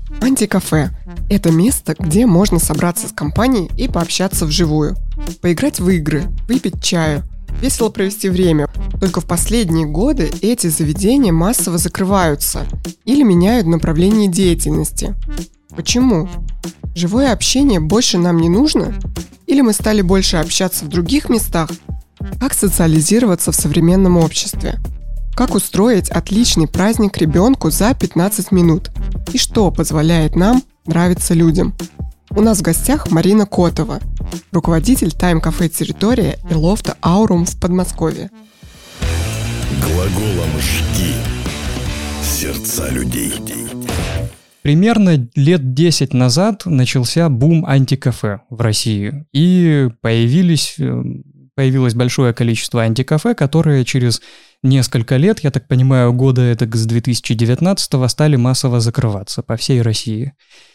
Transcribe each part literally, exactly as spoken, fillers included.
Антикафе – это место, где можно собраться с компанией и пообщаться вживую, поиграть в игры, выпить чаю, весело провести время. Только в последние годы эти заведения массово закрываются или меняют направление деятельности. Почему? Живое общение больше нам не нужно? Или мы стали больше общаться в других местах? Как социализироваться в современном обществе? Как устроить отличный праздник ребенку за пятнадцать минут? И что позволяет нам нравиться людям? У нас в гостях Марина Котова, руководитель тайм-кафе «Территория» и лофта «Аурум» в Подмосковье. Глаголом «жги» сердца людей. Примерно лет десять назад начался бум антикафе в России, и появились, появилось большое количество антикафе, которые через несколько лет, я так понимаю, года это с две тысячи девятнадцатого, стали массово закрываться по всей России.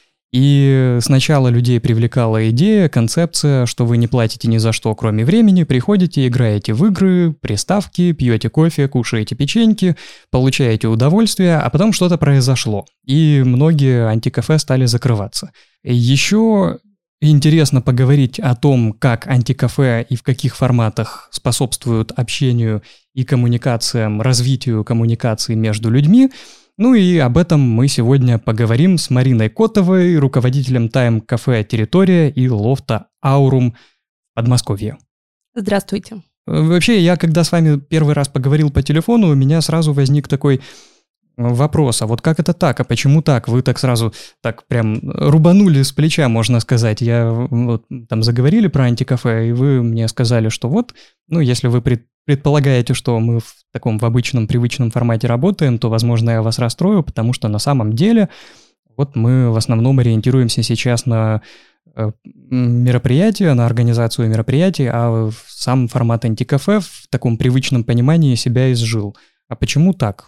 И сначала людей привлекала идея, концепция, что вы не платите ни за что, кроме времени, приходите, играете в игры, приставки, пьете кофе, кушаете печеньки, получаете удовольствие, а потом что-то произошло, и многие антикафе стали закрываться. Еще интересно поговорить о том, как антикафе и в каких форматах способствуют общению и коммуникациям, развитию коммуникации между людьми. Ну и об этом мы сегодня поговорим с Мариной Котовой, руководителем тайм-кафе «Территория» и лофта «Аурум» в Подмосковье. Здравствуйте. Вообще, я когда с вами первый раз поговорил по телефону, у меня сразу возник такой вопрос, а вот как это так, а почему так? Вы так сразу так прям рубанули с плеча, можно сказать. Я вот там заговорили про антикафе, и вы мне сказали, что вот, ну, если вы пред, предполагаете, что мы в таком в обычном привычном формате работаем, то, возможно, я вас расстрою, потому что на самом деле вот мы в основном ориентируемся сейчас на мероприятия, на организацию мероприятий, а сам формат антикафе в таком привычном понимании себя изжил. А почему так?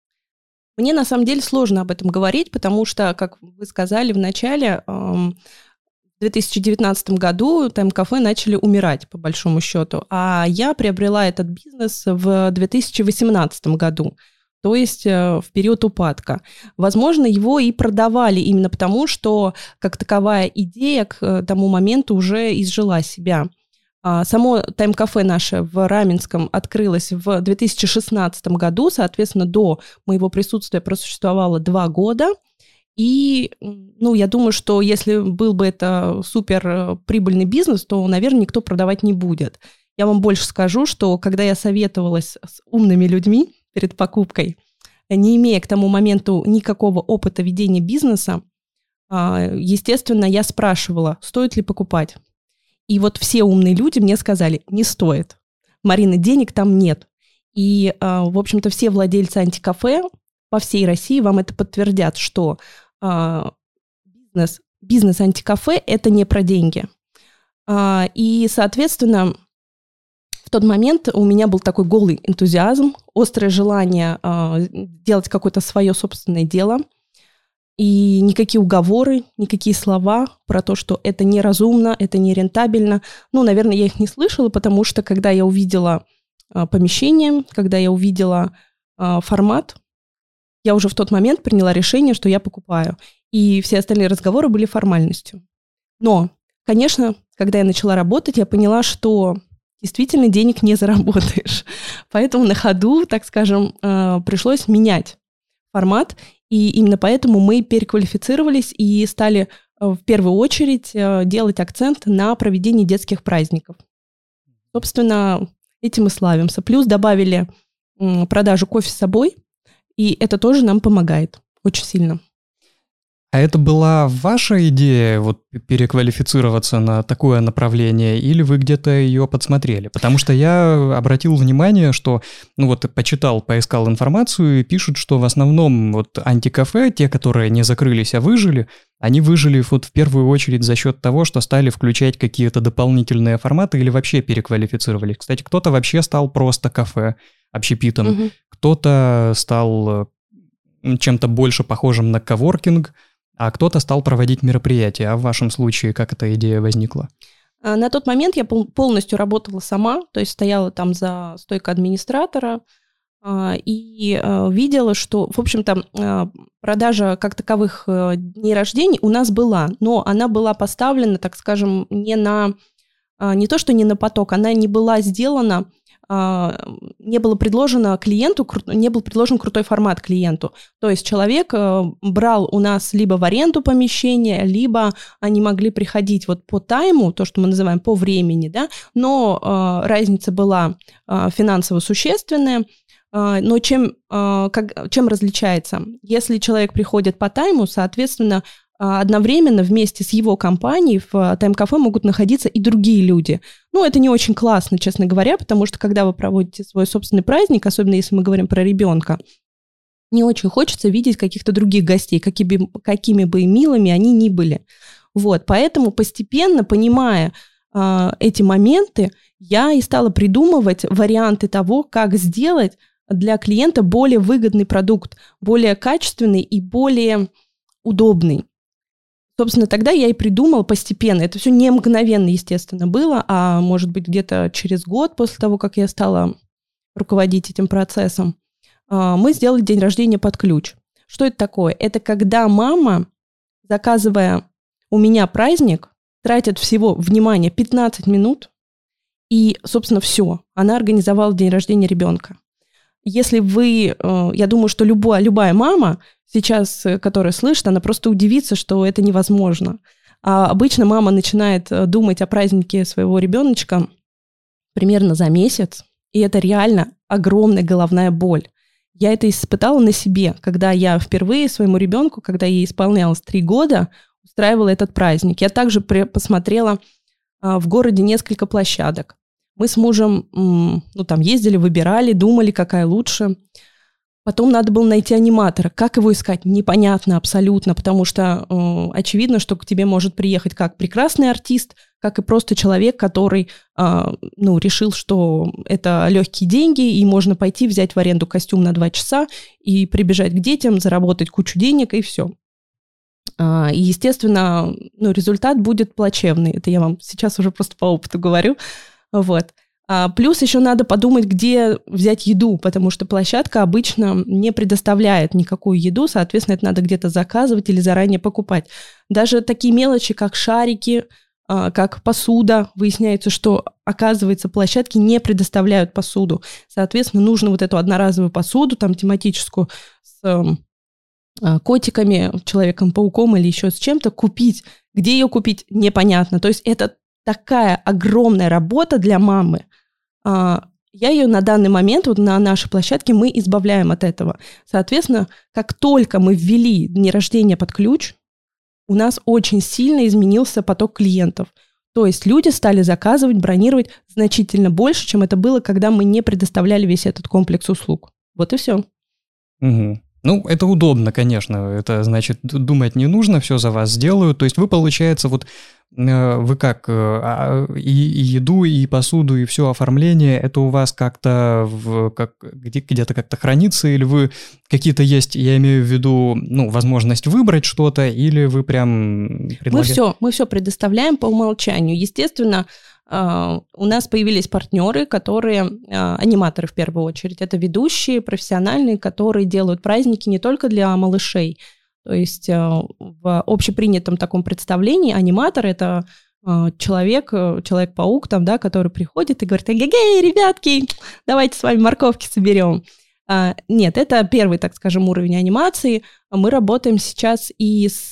Мне на самом деле сложно об этом говорить, потому что, как вы сказали в начале, в две тысячи девятнадцатом году тайм-кафе начали умирать, по большому счету, а я приобрела этот бизнес в две тысячи восемнадцатом году, то есть в период упадка. Возможно, его и продавали именно потому, что как таковая идея к тому моменту уже изжила себя. Само тайм-кафе наше в Раменском открылось в две тысячи шестнадцатом году, соответственно, до моего присутствия просуществовало два года. И, ну, я думаю, что если был бы это супер прибыльный бизнес, то, наверное, никто продавать не будет. Я вам больше скажу, что когда я советовалась с умными людьми перед покупкой, не имея к тому моменту никакого опыта ведения бизнеса, естественно, я спрашивала, стоит ли покупать. И вот все умные люди мне сказали, не стоит. Марина, денег там нет. И, в общем-то, все владельцы антикафе по всей России вам это подтвердят, что бизнес, бизнес антикафе – это не про деньги. И, соответственно, в тот момент у меня был такой голый энтузиазм, острое желание делать какое-то свое собственное дело. И никакие уговоры, никакие слова про то, что это неразумно, это нерентабельно. Ну, наверное, я их не слышала, потому что когда я увидела а, помещение, когда я увидела а, формат, я уже в тот момент приняла решение, что я покупаю. И все остальные разговоры были формальностью. Но, конечно, когда я начала работать, я поняла, что действительно денег не заработаешь. Поэтому на ходу, так скажем, а, пришлось менять формат. И именно поэтому мы переквалифицировались и стали в первую очередь делать акцент на проведении детских праздников. Собственно, этим мы славимся. Плюс добавили продажу кофе с собой, и это тоже нам помогает очень сильно. А это была ваша идея вот переквалифицироваться на такое направление, или вы где-то ее подсмотрели? Потому что я обратил внимание, что, ну вот, почитал, поискал информацию, и пишут, что в основном вот антикафе, те, которые не закрылись, а выжили, они выжили вот в первую очередь за счет того, что стали включать какие-то дополнительные форматы или вообще переквалифицировались. Кстати, кто-то вообще стал просто кафе, общепитом, угу. Кто-то стал чем-то больше похожим на коворкинг, а кто-то стал проводить мероприятия. А в вашем случае как эта идея возникла? На тот момент я полностью работала сама, то есть стояла там за стойкой администратора, и видела, что, в общем-то, продажа как таковых дней рождений у нас была, но она была поставлена, так скажем, не на, не то что не на поток, она не была сделана, не было предложено клиенту, не был предложен крутой формат клиенту. То есть человек брал у нас либо в аренду помещение, либо они могли приходить вот по тайму, то, что мы называем по времени, да, но разница была финансово существенная. Но чем, как, чем различается? Если человек приходит по тайму, соответственно, одновременно вместе с его компанией в тайм-кафе могут находиться и другие люди. Ну, это не очень классно, честно говоря, потому что когда вы проводите свой собственный праздник, особенно если мы говорим про ребенка, не очень хочется видеть каких-то других гостей, какими, какими бы милыми они ни были. Вот, поэтому постепенно, понимая э, эти моменты, я и стала придумывать варианты того, как сделать для клиента более выгодный продукт, более качественный и более удобный. Собственно, тогда я и придумала постепенно. Это все не мгновенно, естественно, было, а может быть где-то через год после того, как я стала руководить этим процессом, мы сделали день рождения под ключ. Что это такое? Это когда мама, заказывая у меня праздник, тратит всего, внимание, пятнадцать минут, и, собственно, все. Она организовала день рождения ребенка. Если вы, я думаю, что любая, любая мама сейчас, которая слышит, она просто удивится, что это невозможно. А обычно мама начинает думать о празднике своего ребеночка примерно за месяц, и это реально огромная головная боль. Я это испытала на себе, когда я впервые своему ребенку, когда ей исполнялось три года, устраивала этот праздник. Я также посмотрела в городе несколько площадок. Мы с мужем, ну, там, ездили, выбирали, думали, какая лучше. Потом надо было найти аниматора. Как его искать? Непонятно абсолютно, потому что э, очевидно, что к тебе может приехать как прекрасный артист, как и просто человек, который э, ну, решил, что это легкие деньги, и можно пойти взять в аренду костюм на два часа и прибежать к детям, заработать кучу денег, и все. Э, и, естественно, ну, результат будет плачевный. Это я вам сейчас уже просто по опыту говорю. Вот. А плюс еще надо подумать, где взять еду, потому что площадка обычно не предоставляет никакую еду, соответственно, это надо где-то заказывать или заранее покупать. Даже такие мелочи, как шарики, как посуда, выясняется, что, оказывается, площадки не предоставляют посуду. Соответственно, нужно вот эту одноразовую посуду, там, тематическую, с котиками, Человеком-пауком или еще с чем-то, купить. Где ее купить, непонятно. То есть это такая огромная работа для мамы. Я ее на данный момент, вот на нашей площадке, мы избавляем от этого. Соответственно, как только мы ввели дни рождения под ключ, у нас очень сильно изменился поток клиентов. То есть люди стали заказывать, бронировать значительно больше, чем это было, когда мы не предоставляли весь этот комплекс услуг. Вот и все. Угу. Ну, это удобно, конечно. Это значит, думать не нужно, все за вас сделают. То есть вы, получается, вот вы как, и, и еду, и посуду, и все оформление, это у вас как-то в, как, где, где-то как-то хранится, или вы какие-то есть, я имею в виду, ну, возможность выбрать что-то, или вы прям предлагаете? Мы все, мы все предоставляем по умолчанию. Естественно, у нас появились партнеры, которые, аниматоры в первую очередь, это ведущие, профессиональные, которые делают праздники не только для малышей. То есть в общепринятом таком представлении аниматор – это человек, Человек-паук, там, да, который приходит и говорит: «Эгегей, ребятки, давайте с вами морковки соберем». Нет, это первый, так скажем, уровень анимации. Мы работаем сейчас и с,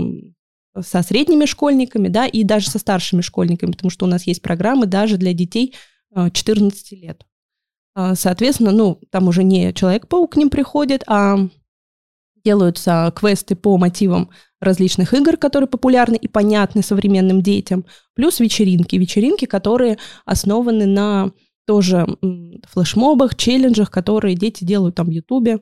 со средними школьниками, да, и даже со старшими школьниками, потому что у нас есть программы даже для детей четырнадцати лет. Соответственно, ну, там уже не Человек-паук к ним приходит, а делаются квесты по мотивам различных игр, которые популярны и понятны современным детям, плюс вечеринки. Вечеринки, которые основаны на тоже флешмобах, челленджах, которые дети делают там в Ютубе,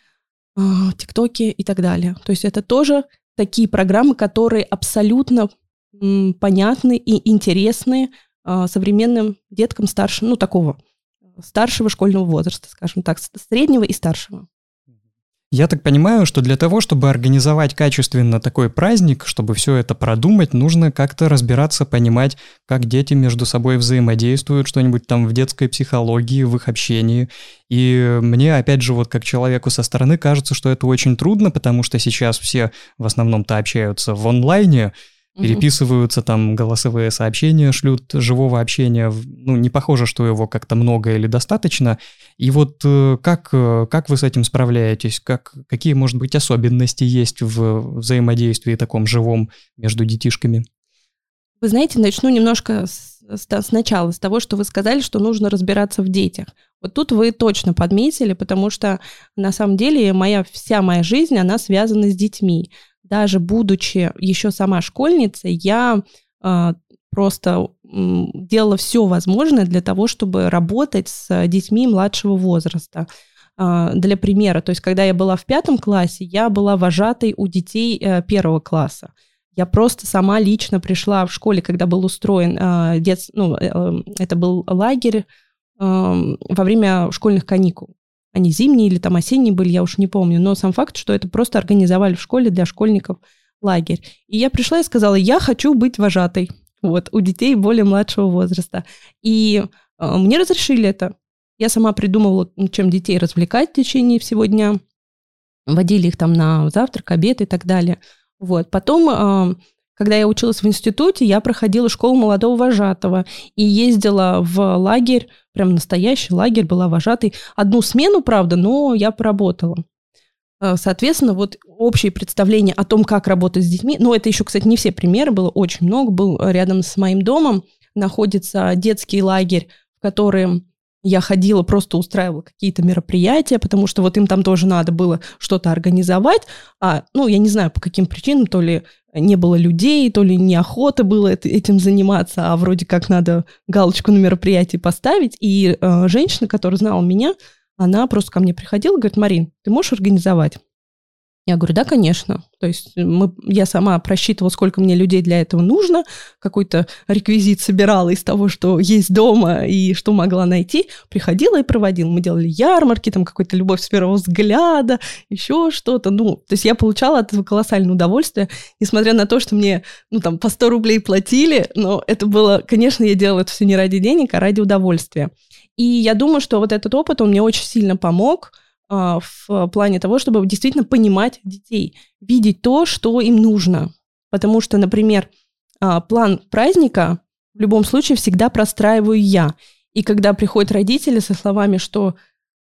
ТикТоке и так далее. То есть это тоже такие программы, которые абсолютно понятны и интересны современным деткам старшего, ну, такого старшего школьного возраста, скажем так, среднего и старшего. Я так понимаю, что для того, чтобы организовать качественно такой праздник, чтобы все это продумать, нужно как-то разбираться, понимать, как дети между собой взаимодействуют, что-нибудь там в детской психологии, в их общении. И мне, опять же, вот как человеку со стороны кажется, что это очень трудно, потому что сейчас все в основном-то общаются в онлайне, переписываются, там голосовые сообщения шлют, живого общения, ну, не похоже, что его как-то много или достаточно. И вот как, как вы с этим справляетесь? Как, какие, может быть, особенности есть в взаимодействии таком живом между детишками? Вы знаете, начну немножко с, с, сначала, с того, что вы сказали, что нужно разбираться в детях. Вот тут вы точно подметили, потому что на самом деле моя, вся моя жизнь, она связана с детьми. Даже будучи еще сама школьницей, я э, просто э, делала все возможное для того, чтобы работать с детьми младшего возраста. Э, для примера, то есть когда я была в пятом классе, я была вожатой у детей э, первого класса. Я просто сама лично пришла в школе, когда был устроен э, дет, ну, э, это был лагерь э, во время школьных каникул. Они зимние или там осенние были, я уж не помню. Но сам факт, что это просто организовали в школе для школьников лагерь. И я пришла и сказала, я хочу быть вожатой вот, у детей более младшего возраста. И э, мне разрешили это. Я сама придумывала, чем детей развлекать в течение всего дня. Водили их там на завтрак, обед и так далее. Вот. Потом, э, когда я училась в институте, я проходила школу молодого вожатого и ездила в лагерь, прям настоящий лагерь, была вожатой. Одну смену, правда, но я поработала. Соответственно, вот общее представление о том, как работать с детьми, ну, это еще, кстати, не все примеры, было очень много. Был рядом с моим домом, находится детский лагерь, в который я ходила, просто устраивала какие-то мероприятия, потому что вот им там тоже надо было что-то организовать. А, ну, я не знаю, по каким причинам, то ли не было людей, то ли неохота было этим заниматься, а вроде как надо галочку на мероприятии поставить. И э, женщина, которая знала меня, она просто ко мне приходила и говорит, Марин, ты можешь организовать? Я говорю, да, конечно. То есть мы, я сама просчитывала, сколько мне людей для этого нужно, какой-то реквизит собирала из того, что есть дома и что могла найти, приходила и проводила. Мы делали ярмарки, там какой-то любовь с первого взгляда, еще что-то. Ну, то есть я получала от этого колоссальное удовольствие, несмотря на то, что мне, ну, там, по сто рублей платили, но это было, конечно, я делала это все не ради денег, а ради удовольствия. И я думаю, что вот этот опыт, он мне очень сильно помог, в плане того, чтобы действительно понимать детей, видеть то, что им нужно. Потому что, например, план праздника в любом случае всегда простраиваю я. И когда приходят родители со словами, что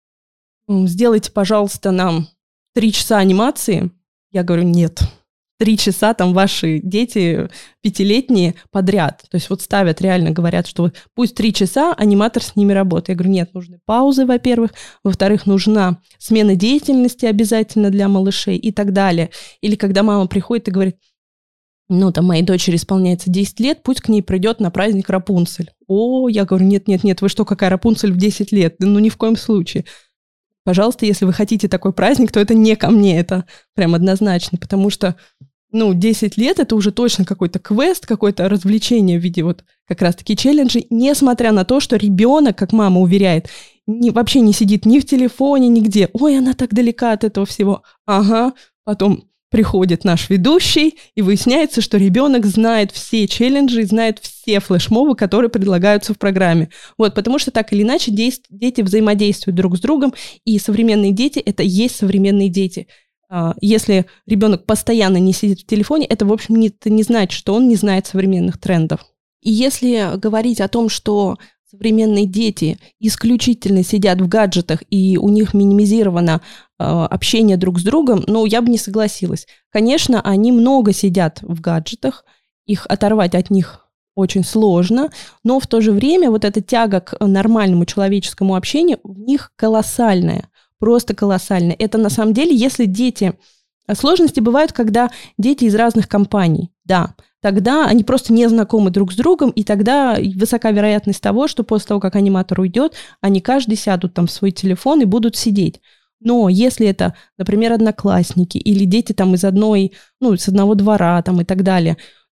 сделайте, пожалуйста, нам три часа анимации, я говорю, нет. Три часа там ваши дети пятилетние подряд. То есть вот ставят, реально говорят, что вот пусть три часа аниматор с ними работает. Я говорю, нет, нужны паузы, во-первых. Во-вторых, нужна смена деятельности обязательно для малышей и так далее. Или когда мама приходит и говорит, ну, там, моей дочери исполняется десять лет, пусть к ней придет на праздник Рапунцель. О, я говорю, нет-нет-нет, вы что, какая Рапунцель в десять лет? Ну, ни в коем случае. Пожалуйста, если вы хотите такой праздник, то это не ко мне, это прям однозначно, потому что, ну, десять лет – это уже точно какой-то квест, какое-то развлечение в виде вот как раз-таки челленджей, несмотря на то, что ребенок, как мама уверяет, не, вообще не сидит ни в телефоне, нигде. Ой, она так далека от этого всего. Ага, потом приходит наш ведущий, и выясняется, что ребенок знает все челленджи, знает все флешмобы, которые предлагаются в программе. Вот, потому что так или иначе действ- дети взаимодействуют друг с другом, и современные дети – это есть современные дети. Если ребенок постоянно не сидит в телефоне, это, в общем, не, не значит, что он не знает современных трендов. И если говорить о том, что современные дети исключительно сидят в гаджетах, и у них минимизировано э, общение друг с другом, ну, я бы не согласилась. Конечно, они много сидят в гаджетах, их оторвать от них очень сложно, но в то же время вот эта тяга к нормальному человеческому общению в них колоссальная, просто колоссальная. Это на самом деле, если дети... Сложности бывают, когда дети из разных компаний, да, тогда они просто не знакомы друг с другом, и тогда высока вероятность того, что после того, как аниматор уйдет, они каждый сядут там в свой телефон и будут сидеть. Но если это, например, одноклассники или дети там из одной, ну, с одного двора там и так далее,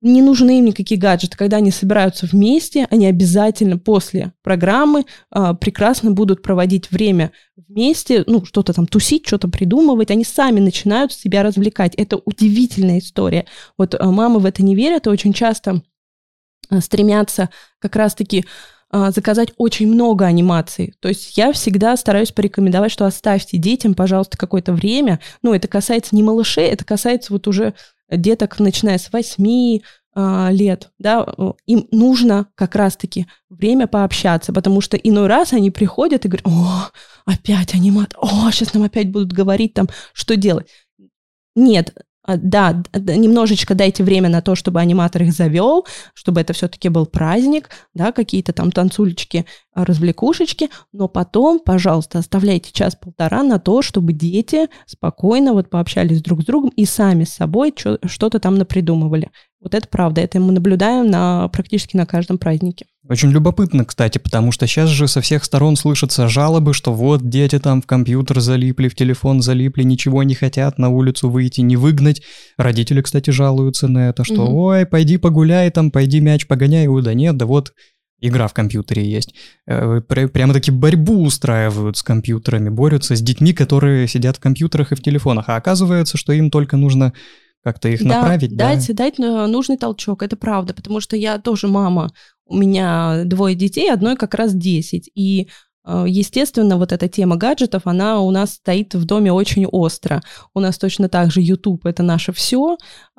не нужны им никакие гаджеты. Когда они собираются вместе, они обязательно после программы а, прекрасно будут проводить время вместе, ну, что-то там тусить, что-то придумывать. Они сами начинают себя развлекать. Это удивительная история. Вот а, мамы в это не верят и очень часто а, стремятся как раз-таки заказать очень много анимаций. То есть я всегда стараюсь порекомендовать, что оставьте детям, пожалуйста, какое-то время. Ну, это касается не малышей, это касается вот уже деток, начиная с восьми э, лет. Да, им нужно как раз-таки время пообщаться, потому что иной раз они приходят и говорят: о, опять аниматор, о, сейчас нам опять будут говорить там, что делать. Нет, да, немножечко дайте время на то, чтобы аниматор их завел, чтобы это все-таки был праздник, да, какие-то там танцульчики, развлекушечки, но потом, пожалуйста, оставляйте час-полтора на то, чтобы дети спокойно вот пообщались друг с другом и сами с собой что-то там напридумывали. Вот это правда, это мы наблюдаем на, практически на каждом празднике. Очень любопытно, кстати, потому что сейчас же со всех сторон слышатся жалобы, что вот дети там в компьютер залипли, в телефон залипли, ничего не хотят, на улицу выйти, не выгнать. Родители, кстати, жалуются на это, что угу. ой, пойди погуляй там, пойди мяч погоняй. Ой, да нет, да вот игра в компьютере есть. Прямо-таки борьбу устраивают с компьютерами, борются с детьми, которые сидят в компьютерах и в телефонах. А оказывается, что им только нужно как-то их да, направить. Дать, да, дать нужный толчок, это правда, потому что я тоже мама, у меня двое детей, одной как раз десять, и, естественно, вот эта тема гаджетов, она у нас стоит в доме очень остро. У нас точно так же YouTube — это наше все,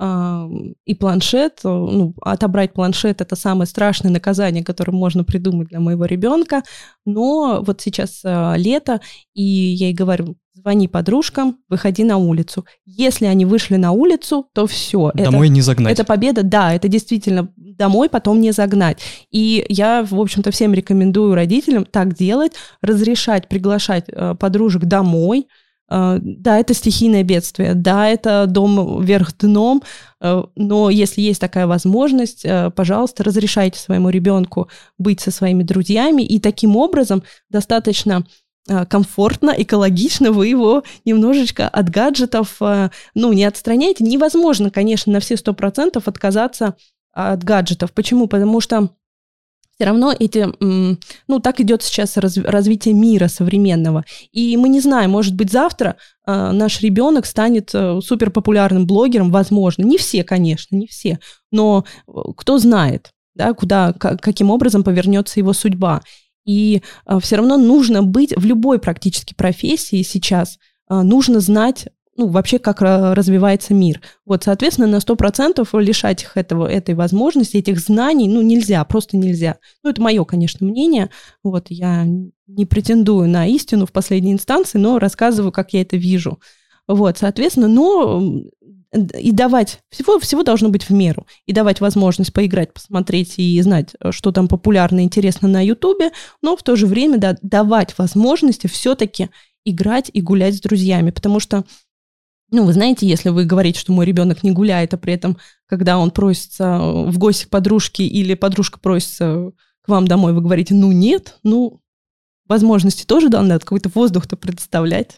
и планшет, ну, отобрать планшет — это самое страшное наказание, которое можно придумать для моего ребенка, но вот сейчас лето, и я ей говорю: звони подружкам, выходи на улицу. Если они вышли на улицу, то все. Домой это, не загнать. Это победа, да, это действительно домой потом не загнать. И я, в общем-то, всем рекомендую родителям так делать, разрешать приглашать э, подружек домой. Э, да, это стихийное бедствие, да, это дом вверх дном, э, но если есть такая возможность, э, пожалуйста, разрешайте своему ребенку быть со своими друзьями, и таким образом достаточно комфортно, экологично вы его немножечко от гаджетов, ну, не отстраняете. Невозможно, конечно, на все сто процентов отказаться от гаджетов. Почему? Потому что все равно эти, ну, так идет сейчас развитие мира современного. И мы не знаем, может быть, завтра наш ребенок станет суперпопулярным блогером, возможно. Не все, конечно, не все, но кто знает, да, куда, каким образом повернется его судьба. И а, все равно нужно быть в любой практически профессии сейчас, а, нужно знать, ну, вообще, как развивается мир. Вот, соответственно, на сто процентов лишать их этого, этой возможности, этих знаний, ну, нельзя, просто нельзя. Ну, это мое, конечно, мнение. Вот, я не претендую на истину в последней инстанции, но рассказываю, как я это вижу. Вот, соответственно, но и давать, всего, всего должно быть в меру, и давать возможность поиграть, посмотреть и знать, что там популярно и интересно на Ютубе, но в то же время да, давать возможности все-таки играть и гулять с друзьями, потому что, ну, вы знаете, если вы говорите, что мой ребенок не гуляет, а при этом, когда он просится в гости к подружке или подружка просится к вам домой, вы говорите: ну, нет, ну, возможности тоже надо какой-то воздух-то предоставлять.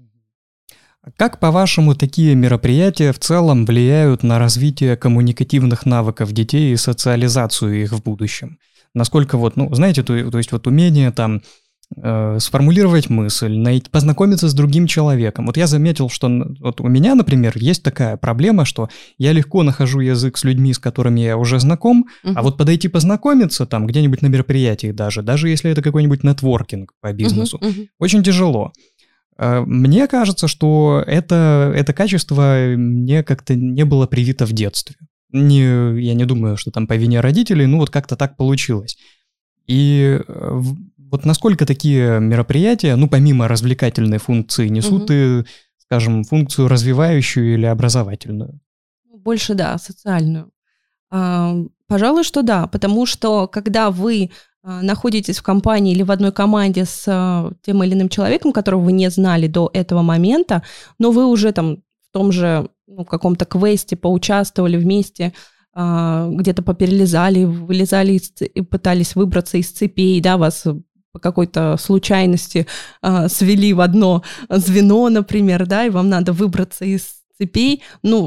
Как, по-вашему, такие мероприятия в целом влияют на развитие коммуникативных навыков детей и социализацию их в будущем? Насколько вот, ну, знаете, то, то есть вот умение там э, сформулировать мысль, найти, познакомиться с другим человеком. Вот я заметил, что вот у меня, например, есть такая проблема, что я легко нахожу язык с людьми, с которыми я уже знаком, uh-huh. а вот подойти познакомиться там где-нибудь на мероприятии даже, даже если это какой-нибудь нетворкинг по бизнесу, uh-huh. Uh-huh. очень тяжело. Мне кажется, что это, это качество мне как-то не было привито в детстве. Не, я не думаю, что там по вине родителей, ну вот как-то так получилось. И вот насколько такие мероприятия, ну помимо развлекательной функции, несут угу. и, скажем, функцию развивающую или образовательную? Больше, да, социальную. А, пожалуй, что да, потому что когда вы находитесь в компании или в одной команде с а, тем или иным человеком, которого вы не знали до этого момента, но вы уже там в том же ну, каком-то квесте поучаствовали вместе, а, где-то поперелезали, вылезали из, и пытались выбраться из цепей, да, вас по какой-то случайности а, свели в одно звено, например, да, и вам надо выбраться из цепей, ну,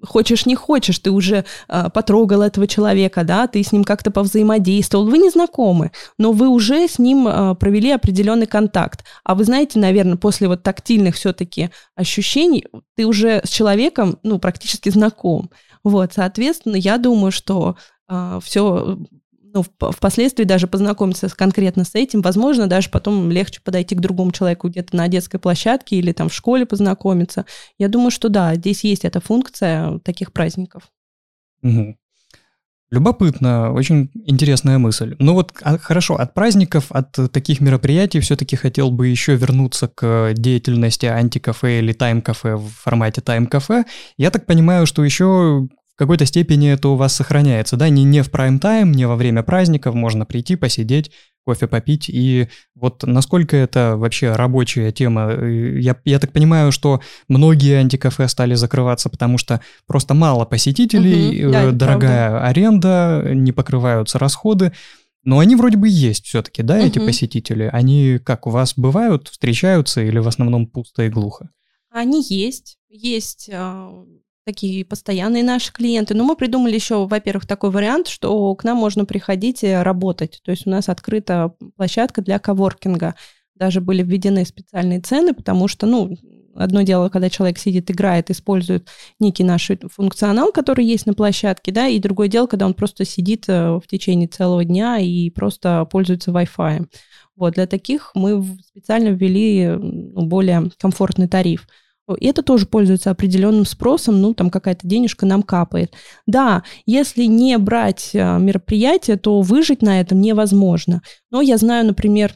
хочешь не хочешь, ты уже э, потрогал этого человека, да, ты с ним как-то повзаимодействовал, вы не знакомы, но вы уже с ним э, провели определенный контакт. А вы знаете, наверное, после вот тактильных все-таки ощущений ты уже с человеком, ну, практически знаком. Вот, соответственно, я думаю, что э, все... Ну, впоследствии даже познакомиться конкретно с этим, возможно, даже потом легче подойти к другому человеку где-то на детской площадке или там в школе познакомиться. Я думаю, что да, здесь есть эта функция таких праздников. Угу. Любопытно, очень интересная мысль. Ну вот а, хорошо, от праздников, от таких мероприятий все-таки хотел бы еще вернуться к деятельности антикафе или тайм-кафе в формате тайм-кафе. Я так понимаю, что еще... В какой-то степени это у вас сохраняется, да, не, не в прайм-тайм, не во время праздников, можно прийти, посидеть, кофе попить, и вот насколько это вообще рабочая тема. Я, я так понимаю, что многие антикафе стали закрываться, потому что просто мало посетителей, угу, да, дорогая правда. Аренда, не покрываются расходы, но они вроде бы есть все-таки, да, угу. эти посетители, они как, у вас бывают, встречаются или в основном пусто и глухо? Они есть, есть... такие постоянные наши клиенты. Но мы придумали еще, во-первых, такой вариант, что к нам можно приходить и работать. То есть у нас открыта площадка для коворкинга. Даже были введены специальные цены, потому что, ну, одно дело, когда человек сидит, играет, использует некий наш функционал, который есть на площадке, да, и другое дело, когда он просто сидит в течение целого дня и просто пользуется Wi-Fi. Вот, для таких мы специально ввели, ну, более комфортный тариф. И это тоже пользуется определенным спросом, ну, там какая-то денежка нам капает. Да, если не брать мероприятие, то выжить на этом невозможно. Но я знаю, например,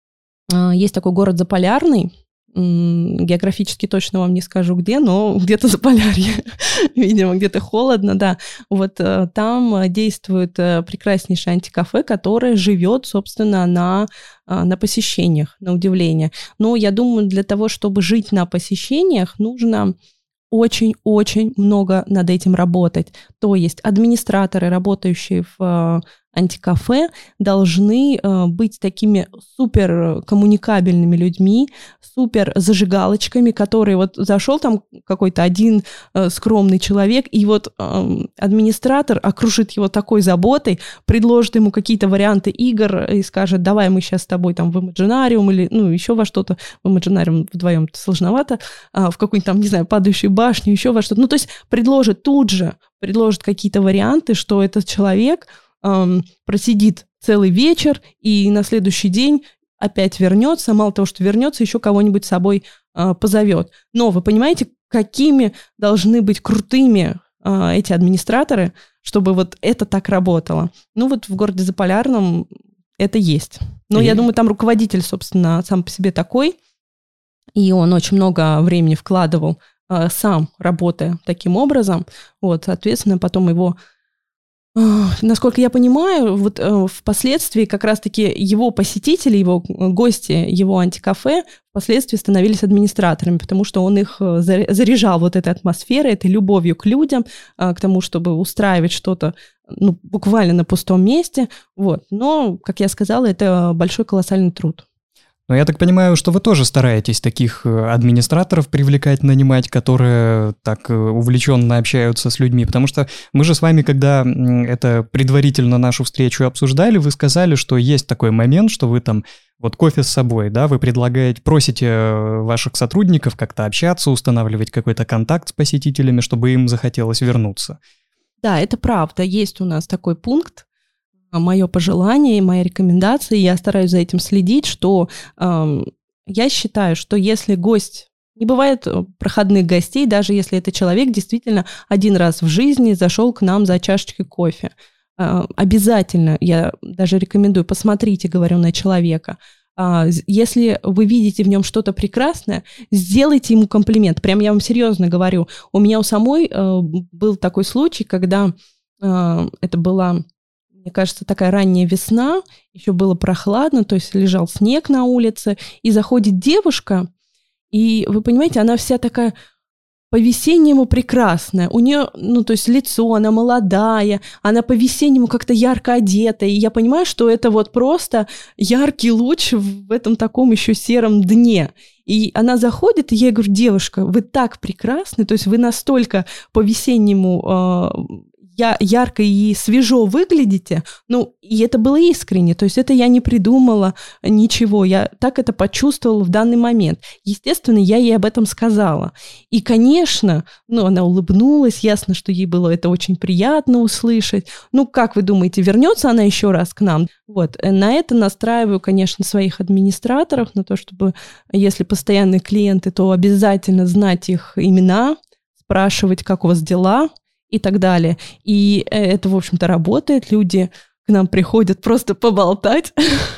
есть такой город Заполярный, географически точно вам не скажу где, но где-то Заполярье, видимо, где-то холодно, да. Вот там действует прекраснейшее антикафе, которое живет, собственно, на, на посещениях, на удивление. Но я думаю, для того, чтобы жить на посещениях, нужно очень-очень много над этим работать. То есть администраторы, работающие в антикафе, должны э, быть такими супер коммуникабельными людьми, супер зажигалочками, которые вот зашел там какой-то один э, скромный человек, и вот э, администратор окружит его такой заботой, предложит ему какие-то варианты игр и скажет: давай мы сейчас с тобой там в Imaginarium или, ну, еще во что-то, в Imaginarium вдвоем сложновато, а в какую-нибудь там, не знаю, падающую башню, еще во что-то. Ну, то есть предложит тут же, предложит какие-то варианты, что этот человек эм, просидит целый вечер и на следующий день опять вернется, мало того, что вернется, еще кого-нибудь с собой э, позовет. Но вы понимаете, какими должны быть крутыми э, эти администраторы, чтобы вот это так работало? Ну вот в городе Заполярном это есть. Но и... я думаю, там руководитель, собственно, сам по себе такой, и он очень много времени вкладывал э, сам, работая таким образом. Вот, соответственно, потом его... Насколько я понимаю, вот э, впоследствии как раз-таки его посетители, его гости, его антикафе впоследствии становились администраторами, потому что он их заряжал вот этой атмосферой, этой любовью к людям, э, к тому, чтобы устраивать что-то, ну, буквально на пустом месте. Вот. Но, как я сказала, это большой колоссальный труд. Но я так понимаю, что вы тоже стараетесь таких администраторов привлекать, нанимать, которые так увлеченно общаются с людьми, потому что мы же с вами, когда это предварительно нашу встречу обсуждали, вы сказали, что есть такой момент, что вы там вот кофе с собой, да, вы предлагаете, просите ваших сотрудников как-то общаться, устанавливать какой-то контакт с посетителями, чтобы им захотелось вернуться. Да, это правда, есть у нас такой пункт. Мое пожелание, моя рекомендация, я стараюсь за этим следить, что э, я считаю, что если гость, не бывает проходных гостей, даже если это человек действительно один раз в жизни зашел к нам за чашечкой кофе, э, обязательно, я даже рекомендую, посмотрите, говорю, на человека. Э, если вы видите в нем что-то прекрасное, сделайте ему комплимент. Прям я вам серьезно говорю. У меня у самой э, был такой случай, когда э, это была... Мне кажется, такая ранняя весна, еще было прохладно, то есть лежал снег на улице, и заходит девушка, и, вы понимаете, она вся такая по-весеннему прекрасная. У нее, ну, то есть лицо, она молодая, она по-весеннему как-то ярко одета. И я понимаю, что это вот просто яркий луч в этом таком еще сером дне. И она заходит, и я ей говорю: девушка, вы так прекрасны, то есть вы настолько по-весеннему э, я, ярко и свежо выглядите. Ну, и это было искренне, то есть это я не придумала ничего, я так это почувствовала в данный момент. Естественно, я ей об этом сказала. И, конечно, ну, она улыбнулась, ясно, что ей было это очень приятно услышать. Ну, как вы думаете, вернется она еще раз к нам? Вот, на это настраиваю, конечно, своих администраторов, на то, чтобы, если постоянные клиенты, то обязательно знать их имена, спрашивать, как у вас дела и так далее. И это, в общем-то, работает. Люди к нам приходят просто поболтать.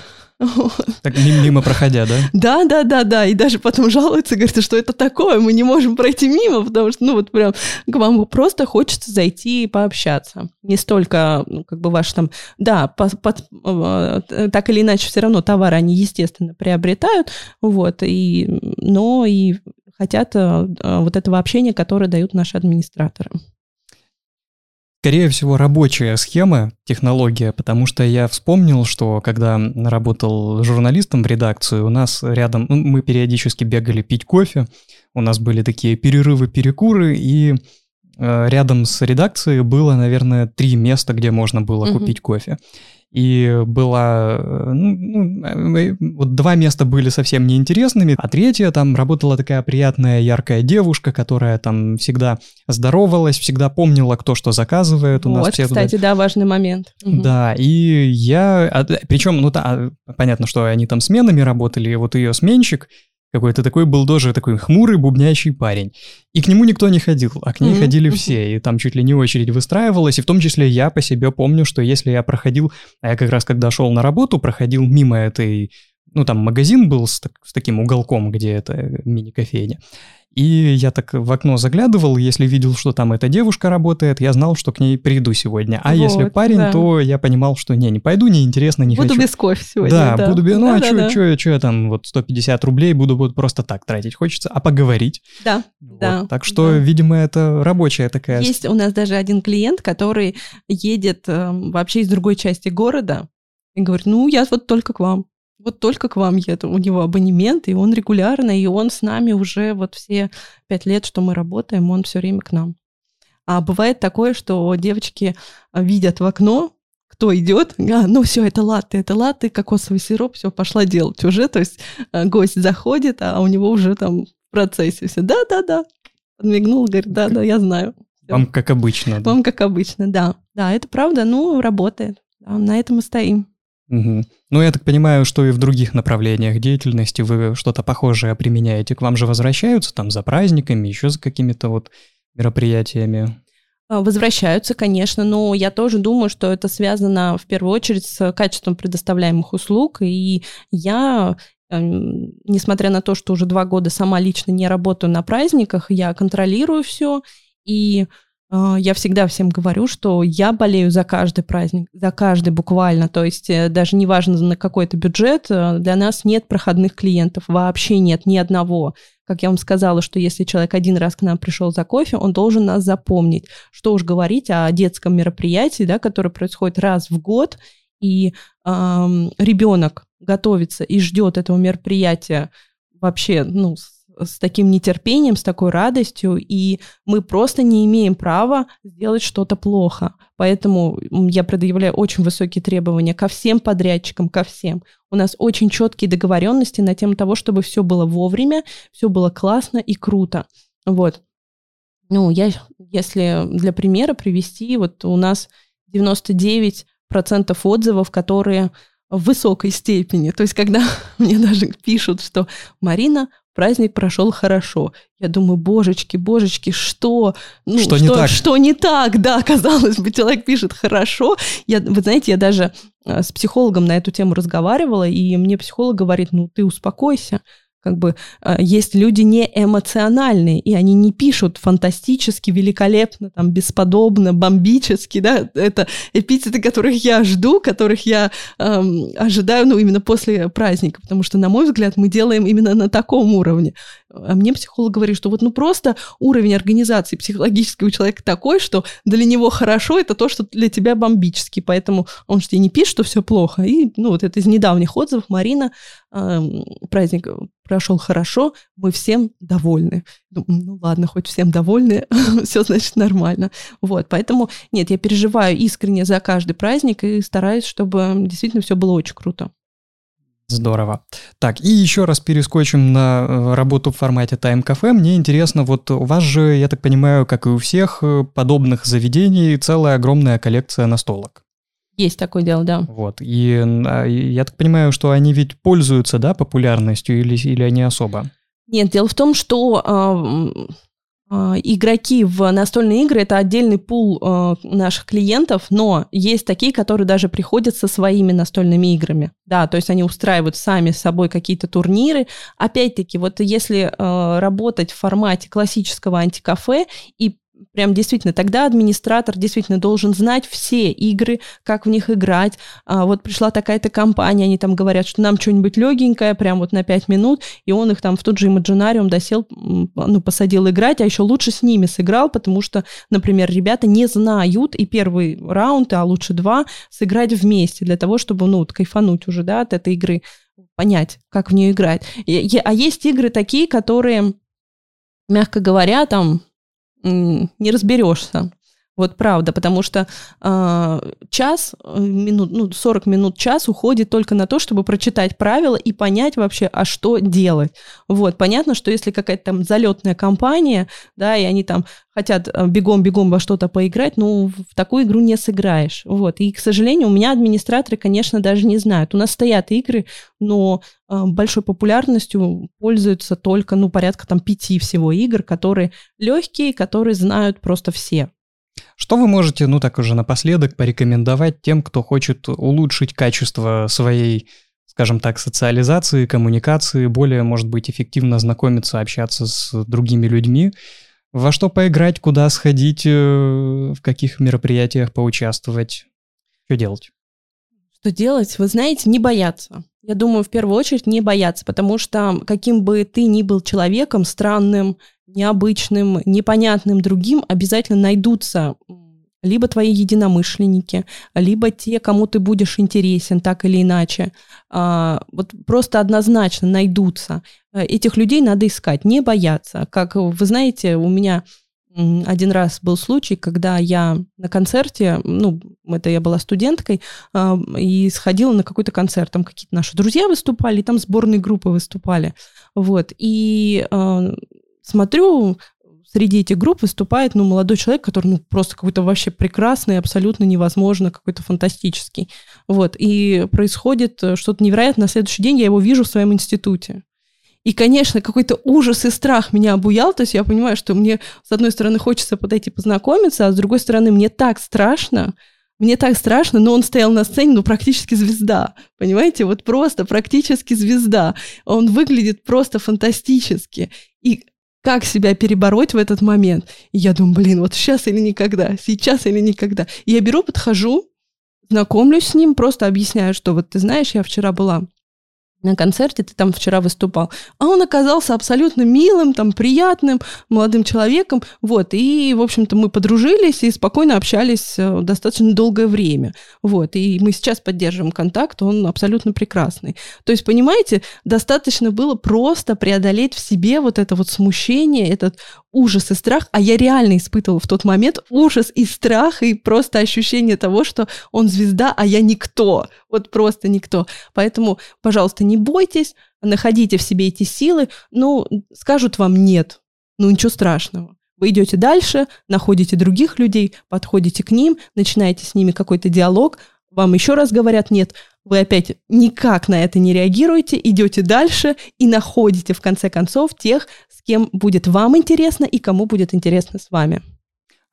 Так мимо проходя, да? Да, да, да, да. И даже потом жалуются, говорят, что это такое, мы не можем пройти мимо, потому что, ну, вот прям к вам просто хочется зайти и пообщаться. Не столько, ну, как бы ваш там, да, под, под, так или иначе, все равно товары они, естественно, приобретают, вот, и, но и хотят вот этого общения, которое дают наши администраторы. Скорее всего, рабочая схема, технология, потому что я вспомнил, что когда работал журналистом в редакции, у нас рядом, ну, мы периодически бегали пить кофе, у нас были такие перерывы-перекуры, и э, рядом с редакцией было, наверное, три места, где можно было угу. купить кофе. И было, ну, вот два места были совсем неинтересными, а третье, там работала такая приятная, яркая девушка, которая там всегда здоровалась, всегда помнила, кто что заказывает. У вот, нас все кстати, туда... да, важный момент. Да, и я, причем, ну, да, понятно, что они там сменами работали, и вот ее сменщик какой-то такой был тоже такой хмурый, бубнящий парень. И к нему никто не ходил, а к ней mm-hmm. ходили все. И там чуть ли не очередь выстраивалась. И в том числе я по себе помню, что если я проходил... А я как раз, когда шел на работу, проходил мимо этой... Ну, там магазин был с, так, с таким уголком, где это мини-кофейня. И я так в окно заглядывал, если видел, что там эта девушка работает, я знал, что к ней приду сегодня. А вот, если парень, да. то я понимал, что не, не пойду, неинтересно, не буду хочу. Буду без кофе сегодня, да. Да, буду без... Ну, да, а да, что да. Чё, чё я там вот сто пятьдесят рублей буду вот просто так тратить? Хочется, а поговорить. Да, вот. да. Так что, да. видимо, это рабочая такая... Есть у нас даже один клиент, который едет э, вообще из другой части города и говорит: ну, я вот только к вам. Вот только к вам еду. У него абонемент, и он регулярно, и он с нами уже вот все пять лет, что мы работаем, он все время к нам. А бывает такое, что девочки видят в окно, кто идет, а, ну все, это латте, это латте, кокосовый сироп, все, пошла делать уже. То есть гость заходит, а у него уже там в процессе все. Да-да-да. Подмигнул, говорит: да-да, я знаю. Всё. Вам как обычно. Вам да? как обычно, да. Да, это правда, ну, работает. Да, на этом мы стоим. Угу. Ну, я так понимаю, что и в других направлениях деятельности вы что-то похожее применяете. К вам же возвращаются там за праздниками, еще за какими-то вот мероприятиями? Возвращаются, конечно, но я тоже думаю, что это связано в первую очередь с качеством предоставляемых услуг. И я, несмотря на то, что уже два года сама лично не работаю на праздниках, я контролирую все, и я всегда всем говорю, что я болею за каждый праздник, за каждый буквально. То есть даже неважно на какой это бюджет, для нас нет проходных клиентов, вообще нет ни одного. Как я вам сказала, что если человек один раз к нам пришел за кофе, он должен нас запомнить. Что уж говорить о детском мероприятии, да, которое происходит раз в год, и эм, ребенок готовится и ждет этого мероприятия вообще, ну, с таким нетерпением, с такой радостью, и мы просто не имеем права сделать что-то плохо. Поэтому я предъявляю очень высокие требования ко всем подрядчикам, ко всем. У нас очень четкие договоренности на тему того, чтобы все было вовремя, все было классно и круто. Вот. Ну, я, если для примера привести, вот у нас девяносто девять процентов отзывов, которые в высокой степени. То есть, когда мне даже пишут, что «Марина, праздник прошел хорошо». Я думаю: божечки, божечки, что? Ну, что, что не так? Что не так, да, казалось бы, человек пишет «хорошо». Я, вы знаете, я даже с психологом на эту тему разговаривала, и мне психолог говорит: ну, ты успокойся. как бы есть люди не эмоциональные, и они не пишут фантастически, великолепно, там, бесподобно, бомбически, да, это эпитеты, которых я жду, которых я эм, ожидаю, ну, именно после праздника, потому что, на мой взгляд, мы делаем именно на таком уровне. А мне психолог говорит, что вот ну просто уровень организации психологического человека такой, что для него хорошо, это то, что для тебя бомбически, поэтому он же тебе не пишет, что все плохо. И, ну, вот это из недавних отзывов. Марина, э, праздник прошел хорошо, мы всем довольны. Думаю, ну ладно, хоть всем довольны, все значит нормально. Вот, поэтому, нет, я переживаю искренне за каждый праздник и стараюсь, чтобы действительно все было очень круто. Здорово. Так, и еще раз перескочим на работу в формате тайм-кафе. Мне интересно, вот у вас же, я так понимаю, как и у всех подобных заведений, целая огромная коллекция настолок. Есть такое дело, да. Вот, и я так понимаю, что они ведь пользуются, да, популярностью или, или они особо? Нет, дело в том, что э, э, игроки в настольные игры – это отдельный пул э, наших клиентов, но есть такие, которые даже приходят со своими настольными играми. Да, то есть они устраивают сами с собой какие-то турниры. Опять-таки, вот если э, работать в формате классического антикафе и прям действительно, тогда администратор действительно должен знать все игры, как в них играть. А вот пришла такая-то компания, они там говорят, что нам что-нибудь легенькое, прям вот на пять минут, и он их там в тот же Imaginarium досел, ну, посадил играть, а еще лучше с ними сыграл, потому что, например, ребята не знают и первый раунд, а лучше два, сыграть вместе для того, чтобы, ну, вот, кайфануть уже, да, от этой игры, понять, как в нее играть. И, а есть игры такие, которые, мягко говоря, там, не разберешься. Вот правда, потому что э, час, минут, ну, сорок минут, час уходит только на то, чтобы прочитать правила и понять вообще, а что делать. Вот, понятно, что если какая-то там залетная компания, да, и они там хотят бегом-бегом во что-то поиграть, ну, в такую игру не сыграешь. Вот, и, к сожалению, у меня администраторы, конечно, даже не знают. У нас стоят игры, но э, большой популярностью пользуются только, ну, порядка там пяти всего игр, которые легкие, которые знают просто все. Что вы можете, ну так уже напоследок, порекомендовать тем, кто хочет улучшить качество своей, скажем так, социализации, коммуникации, более, может быть, эффективно знакомиться, общаться с другими людьми? Во что поиграть, куда сходить, в каких мероприятиях поучаствовать? Что делать? Что делать? Вы знаете, не бояться. Я думаю, в первую очередь не бояться, потому что каким бы ты ни был человеком, странным, необычным, непонятным другим, обязательно найдутся либо твои единомышленники, либо те, кому ты будешь интересен так или иначе. Вот просто однозначно найдутся. Этих людей надо искать, не бояться. Как вы знаете, у меня один раз был случай, когда я на концерте, ну, это я была студенткой, и сходила на какой-то концерт, там какие-то наши друзья выступали, и там сборные группы выступали. Вот, и смотрю, среди этих групп выступает, ну, молодой человек, который, ну, просто какой-то вообще прекрасный, абсолютно невозможно, какой-то фантастический. Вот, и происходит что-то невероятное. На следующий день я его вижу в своем институте. И, конечно, какой-то ужас и страх меня обуял, то есть я понимаю, что мне, с одной стороны, хочется подойти познакомиться, а с другой стороны, мне так страшно, мне так страшно, но он стоял на сцене, ну, практически звезда, понимаете, вот просто практически звезда. Он выглядит просто фантастически. И как себя перебороть в этот момент? И я думаю, блин, вот сейчас или никогда, сейчас или никогда. И я беру, подхожу, знакомлюсь с ним, просто объясняю, что вот ты знаешь, я вчера была на концерте, ты там вчера выступал. А он оказался абсолютно милым, там, приятным, молодым человеком. Вот, и, в общем-то, мы подружились и спокойно общались достаточно долгое время. Вот, и мы сейчас поддерживаем контакт, он абсолютно прекрасный. То есть, понимаете, достаточно было просто преодолеть в себе вот это вот смущение, этот ужас и страх, а я реально испытывала в тот момент ужас и страх, и просто ощущение того, что он звезда, а я никто, вот просто никто. Поэтому, пожалуйста, не бойтесь, находите в себе эти силы, ну, скажут вам нет, ну, ничего страшного. Вы идете дальше, находите других людей, подходите к ним, начинаете с ними какой-то диалог, вам еще раз говорят нет, вы опять никак на это не реагируете, идете дальше и находите, в конце концов, тех, с кем будет вам интересно и кому будет интересно с вами.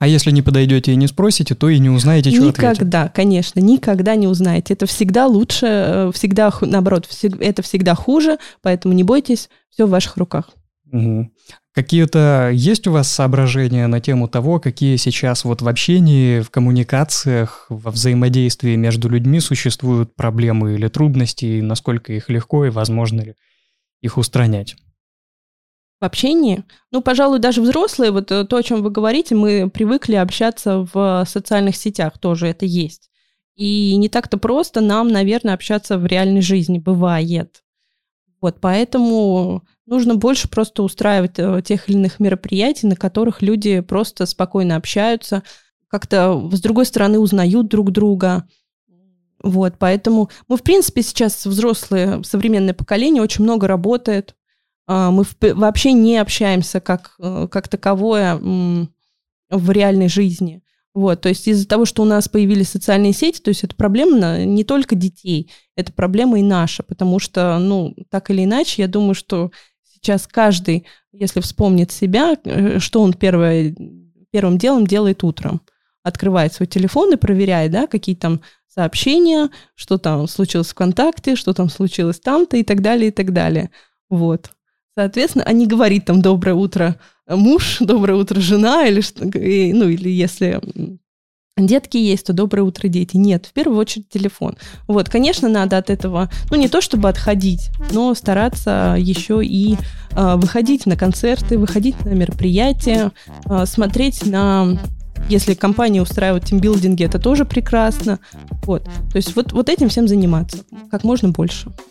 А если не подойдете и не спросите, то и не узнаете, что ответить. Никогда, конечно, никогда не узнаете. Это всегда лучше, всегда, наоборот, это всегда хуже, поэтому не бойтесь, все в ваших руках. Угу. Какие-то есть у вас соображения на тему того, какие сейчас вот в общении, в коммуникациях, во взаимодействии между людьми существуют проблемы или трудности, и насколько их легко и возможно ли их устранять? В общении? Ну, пожалуй, даже взрослые, вот то, о чем вы говорите, мы привыкли общаться в социальных сетях, тоже это есть. И не так-то просто нам, наверное, общаться в реальной жизни, бывает. Вот, поэтому нужно больше просто устраивать тех или иных мероприятий, на которых люди просто спокойно общаются, как-то, с другой стороны, узнают друг друга. Вот, поэтому мы, в принципе, сейчас взрослые, современное поколение очень много работает. Мы вообще не общаемся как, как таковое в реальной жизни. Вот, то есть из-за того, что у нас появились социальные сети, то есть это проблема не только детей, это проблема и наша, потому что, ну, так или иначе, я думаю, что сейчас каждый, если вспомнит себя, что он первое, первым делом делает утром, открывает свой телефон и проверяет, да, какие там сообщения, что там случилось в ВКонтакте, что там случилось там-то и так далее, и так далее. Вот. Соответственно, а не говорит там «доброе утро, муж», «доброе утро, жена», или, ну, или если детки есть, то «доброе утро, дети». Нет, в первую очередь телефон. Вот, конечно, надо от этого, ну, не то чтобы отходить, но стараться еще и э, выходить на концерты, выходить на мероприятия, э, смотреть на... Если компания устраивает тимбилдинги, это тоже прекрасно. Вот, то есть вот, вот этим всем заниматься как можно больше.